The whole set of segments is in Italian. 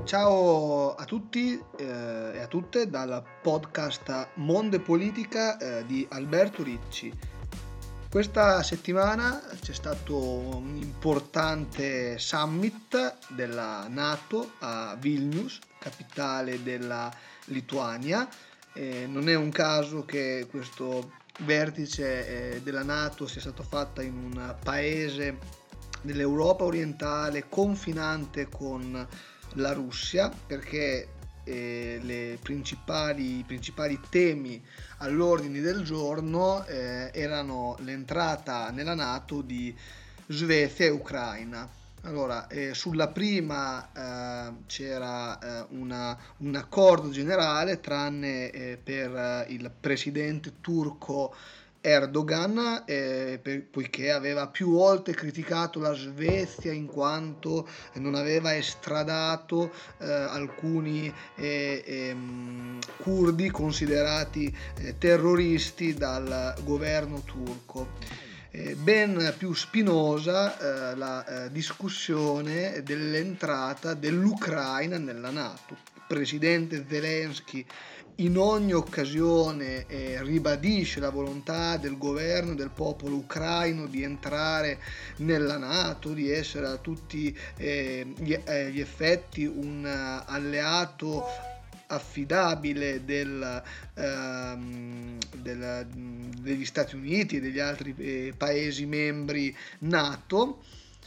Ciao a tutti e a tutte dal podcast Mondo e Politica di Alberto Ricci. Questa settimana c'è stato un importante summit della NATO a Vilnius, capitale della Lituania. Non è un caso che questo vertice della NATO sia stato fatto in un paese dell'Europa orientale confinante con la Russia, perché i principali temi all'ordine del giorno erano l'entrata nella NATO di Svezia e Ucraina. Allora, sulla prima c'era un accordo generale, tranne per il presidente turco Erdogan, poiché aveva più volte criticato la Svezia in quanto non aveva estradato alcuni curdi considerati terroristi dal governo turco. Ben più spinosa la discussione dell'entrata dell'Ucraina nella NATO. Il presidente Zelensky in ogni occasione ribadisce la volontà del governo e del popolo ucraino di entrare nella NATO, di essere a tutti gli effetti un alleato affidabile degli Stati Uniti e degli altri paesi membri NATO.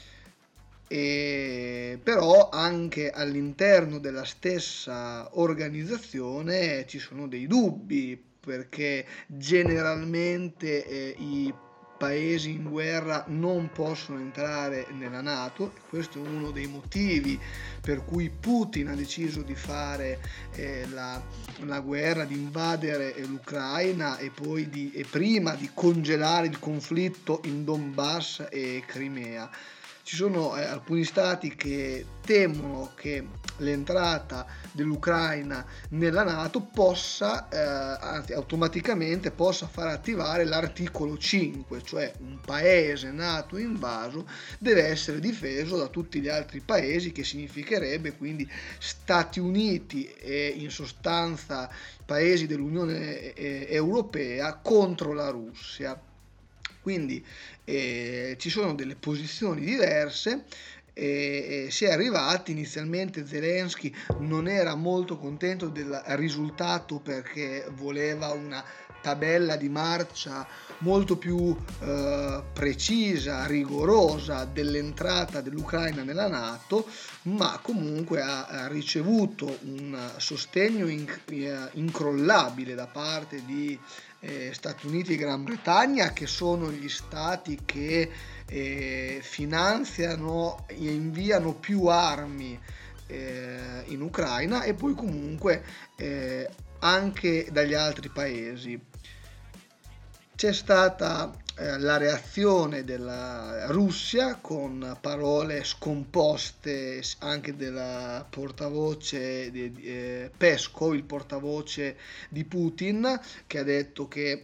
Però anche all'interno della stessa organizzazione ci sono dei dubbi, perché generalmente i paesi in guerra non possono entrare nella NATO, e questo è uno dei motivi per cui Putin ha deciso di fare la guerra, di invadere l'Ucraina e prima di congelare il conflitto in Donbass e Crimea. Ci sono alcuni stati che temono che l'entrata dell'Ucraina nella NATO anzi automaticamente possa far attivare l'articolo 5, cioè un paese NATO invaso deve essere difeso da tutti gli altri paesi, che significherebbe quindi Stati Uniti e in sostanza paesi dell'Unione Europea contro la Russia. Quindi ci sono delle posizioni diverse. Si è arrivati, inizialmente Zelensky non era molto contento del risultato perché voleva una tabella di marcia molto più precisa, rigorosa dell'entrata dell'Ucraina nella NATO, ma comunque ha ricevuto un sostegno incrollabile da parte di Stati Uniti e Gran Bretagna, che sono gli stati che finanziano e inviano più armi in Ucraina, e poi comunque anche dagli altri paesi. C'è stata la reazione della Russia con parole scomposte anche della portavoce di Peskov, il portavoce di Putin, che ha detto che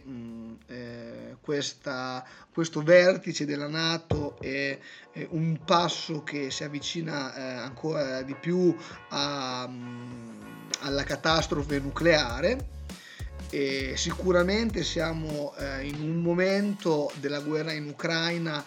questo vertice della NATO è un passo che si avvicina ancora di più alla catastrofe nucleare. E sicuramente siamo in un momento della guerra in Ucraina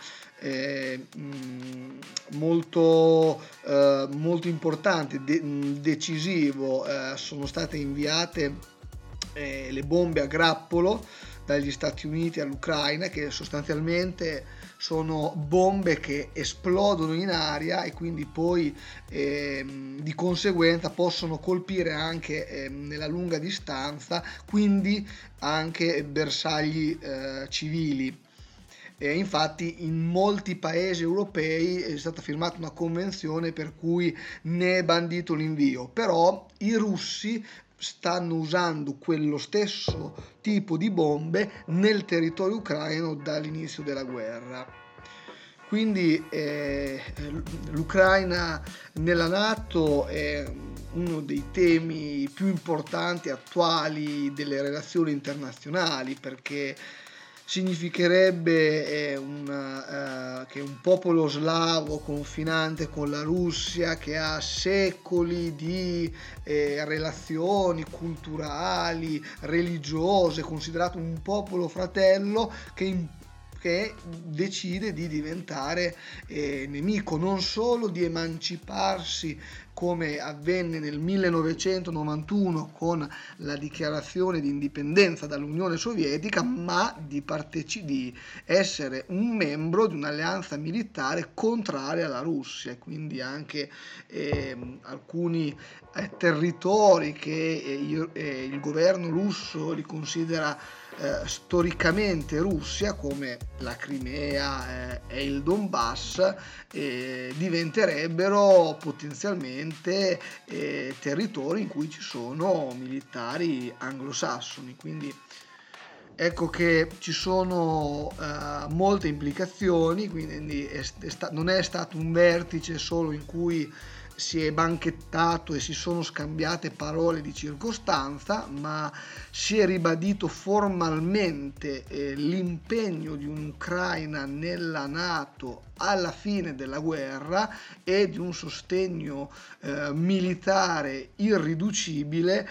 molto importante, decisivo. Sono state inviate le bombe a grappolo dagli Stati Uniti all'Ucraina, che sostanzialmente sono bombe che esplodono in aria e quindi poi di conseguenza possono colpire anche nella lunga distanza, quindi anche bersagli civili. Infatti in molti paesi europei è stata firmata una convenzione per cui ne è bandito l'invio, però i russi stanno usando quello stesso tipo di bombe nel territorio ucraino dall'inizio della guerra. Quindi l'Ucraina nella NATO è uno dei temi più importanti attuali delle relazioni internazionali, perché significherebbe che un popolo slavo confinante con la Russia, che ha secoli di relazioni culturali, religiose, considerato un popolo fratello, che decide di diventare nemico, non solo di emanciparsi come avvenne nel 1991 con la dichiarazione di indipendenza dall'Unione Sovietica, ma di essere un membro di un'alleanza militare contraria alla Russia, e quindi anche alcuni territori che il governo russo li considera storicamente Russia, come la Crimea e il Donbass, diventerebbero potenzialmente territori in cui ci sono militari anglosassoni. Quindi ecco che ci sono molte implicazioni, quindi non è stato un vertice solo in cui si è banchettato e si sono scambiate parole di circostanza, ma si è ribadito formalmente l'impegno di un'Ucraina nella NATO alla fine della guerra e di un sostegno militare irriducibile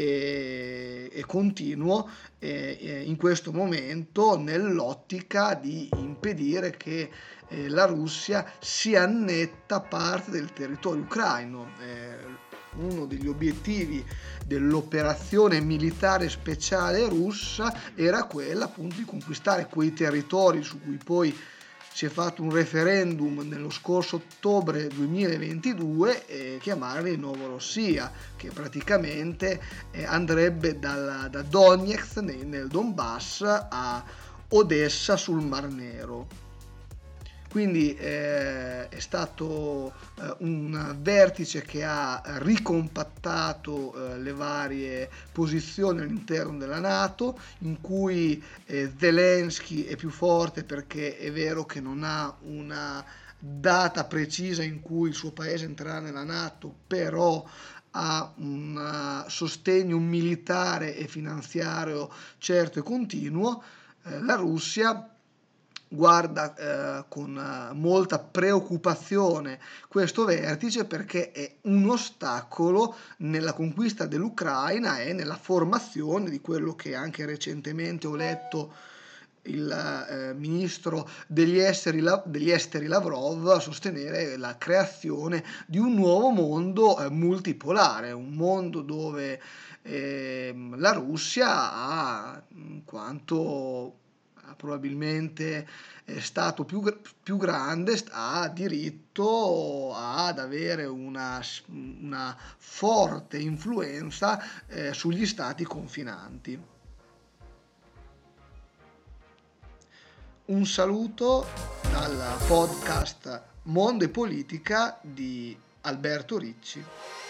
e continuo in questo momento, nell'ottica di impedire che la Russia si annetta parte del territorio ucraino. Uno degli obiettivi dell'operazione militare speciale russa era quella appunto di conquistare quei territori su cui poi si è fatto un referendum nello scorso ottobre 2022 e chiamarli Novorossia, che praticamente andrebbe da Donetsk nel Donbass a Odessa sul Mar Nero. Quindi è stato un vertice che ha ricompattato le varie posizioni all'interno della NATO, in cui Zelensky è più forte perché è vero che non ha una data precisa in cui il suo paese entrerà nella NATO, però ha un sostegno militare e finanziario certo e continuo. La Russia guarda con molta preoccupazione questo vertice, perché è un ostacolo nella conquista dell'Ucraina e nella formazione di quello che anche recentemente ho letto il ministro degli esteri Lavrov a sostenere la creazione di un nuovo mondo multipolare, un mondo dove la Russia ha, in quanto probabilmente è stato più grande, ha diritto ad avere una forte influenza sugli stati confinanti. Un saluto dal podcast Mondo e Politica di Alberto Ricci.